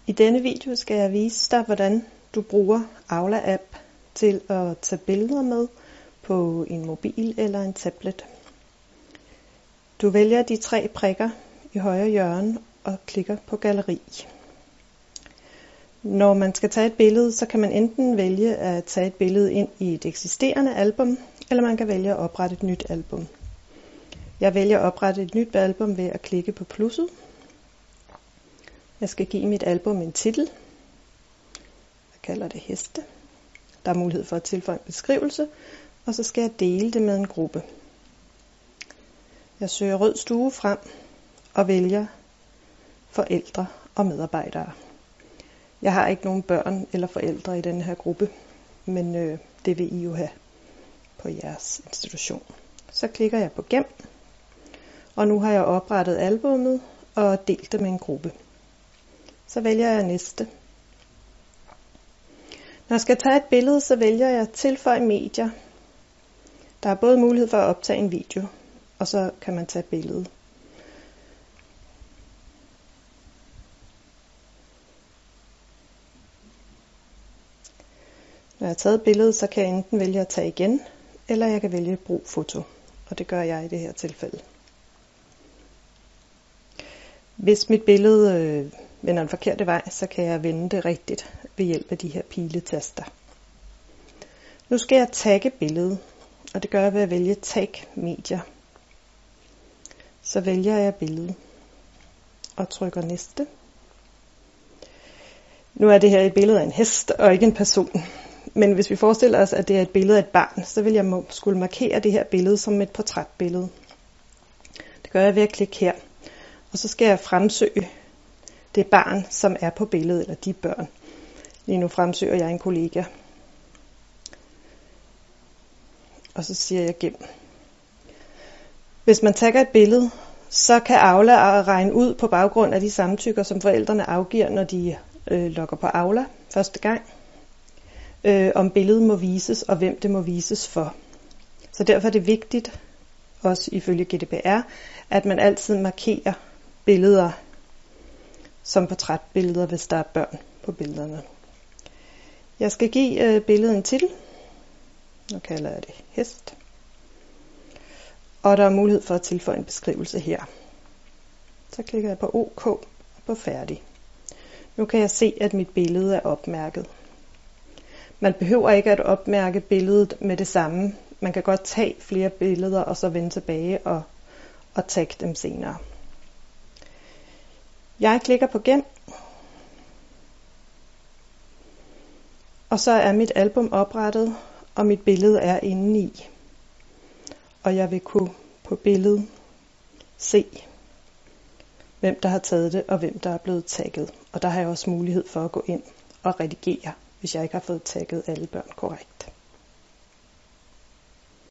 I denne video skal jeg vise dig, hvordan du bruger Aula-app til at tage billeder med på en mobil eller en tablet. Du vælger de 3 prikker i højre hjørne og klikker på galleri. Når man skal tage et billede, så kan man enten vælge at tage et billede ind i et eksisterende album, eller man kan vælge at oprette et nyt album. Jeg vælger at oprette et nyt album ved at klikke på plusset. Jeg skal give mit album en titel. Jeg kalder det heste. Der er mulighed for at tilføje en beskrivelse, og så skal jeg dele det med en gruppe. Jeg søger rød stue frem og vælger forældre og medarbejdere. Jeg har ikke nogen børn eller forældre i denne her gruppe, men det vil I jo have på jeres institution. Så klikker jeg på gem, og nu har jeg oprettet albummet og delt det med en gruppe. Så vælger jeg næste. Når jeg skal tage et billede, så vælger jeg tilføje medier. Der er både mulighed for at optage en video, og så kan man tage billedet. Når jeg har taget billedet, så kan jeg enten vælge at tage igen, eller jeg kan vælge brug foto, og det gør jeg i det her tilfælde. Hvis mit billede vender en forkerte vej, så kan jeg vende det rigtigt ved hjælp af de her piletaster. Nu skal jeg tagge billedet, og det gør jeg ved at vælge Tag medier. Så vælger jeg billedet og trykker næste. Nu er det her et billede af en hest og ikke en person. Men hvis vi forestiller os, at det er et billede af et barn, så vil jeg skulle markere det her billede som et portrætbillede. Det gør jeg ved at klikke her. Og så skal jeg fremsøge det barn, som er på billedet, eller de børn. Lige nu fremsøger jeg en kollega. Og så siger jeg gem. Hvis man tagger et billede, så kan Aula regne ud på baggrund af de samtykker, som forældrene afgiver, når de logger på Aula første gang, om billedet må vises, og hvem det må vises for. Så derfor er det vigtigt, også ifølge GDPR, at man altid markerer billeder som portrætbilleder, hvis der er børn på billederne. Jeg skal give billedet en titel. Nu kalder jeg det hest. Og der er mulighed for at tilføje en beskrivelse her. Så klikker jeg på OK og på færdig. Nu kan jeg se, at mit billede er opmærket. Man behøver ikke at opmærke billedet med det samme. Man kan godt tage flere billeder og så vende tilbage og tagge dem senere. Jeg klikker på gem, og så er mit album oprettet, og mit billede er inde i. Og jeg vil kunne på billedet se, hvem der har taget det, og hvem der er blevet tagget. Og der har jeg også mulighed for at gå ind og redigere, hvis jeg ikke har fået tagget alle børn korrekt.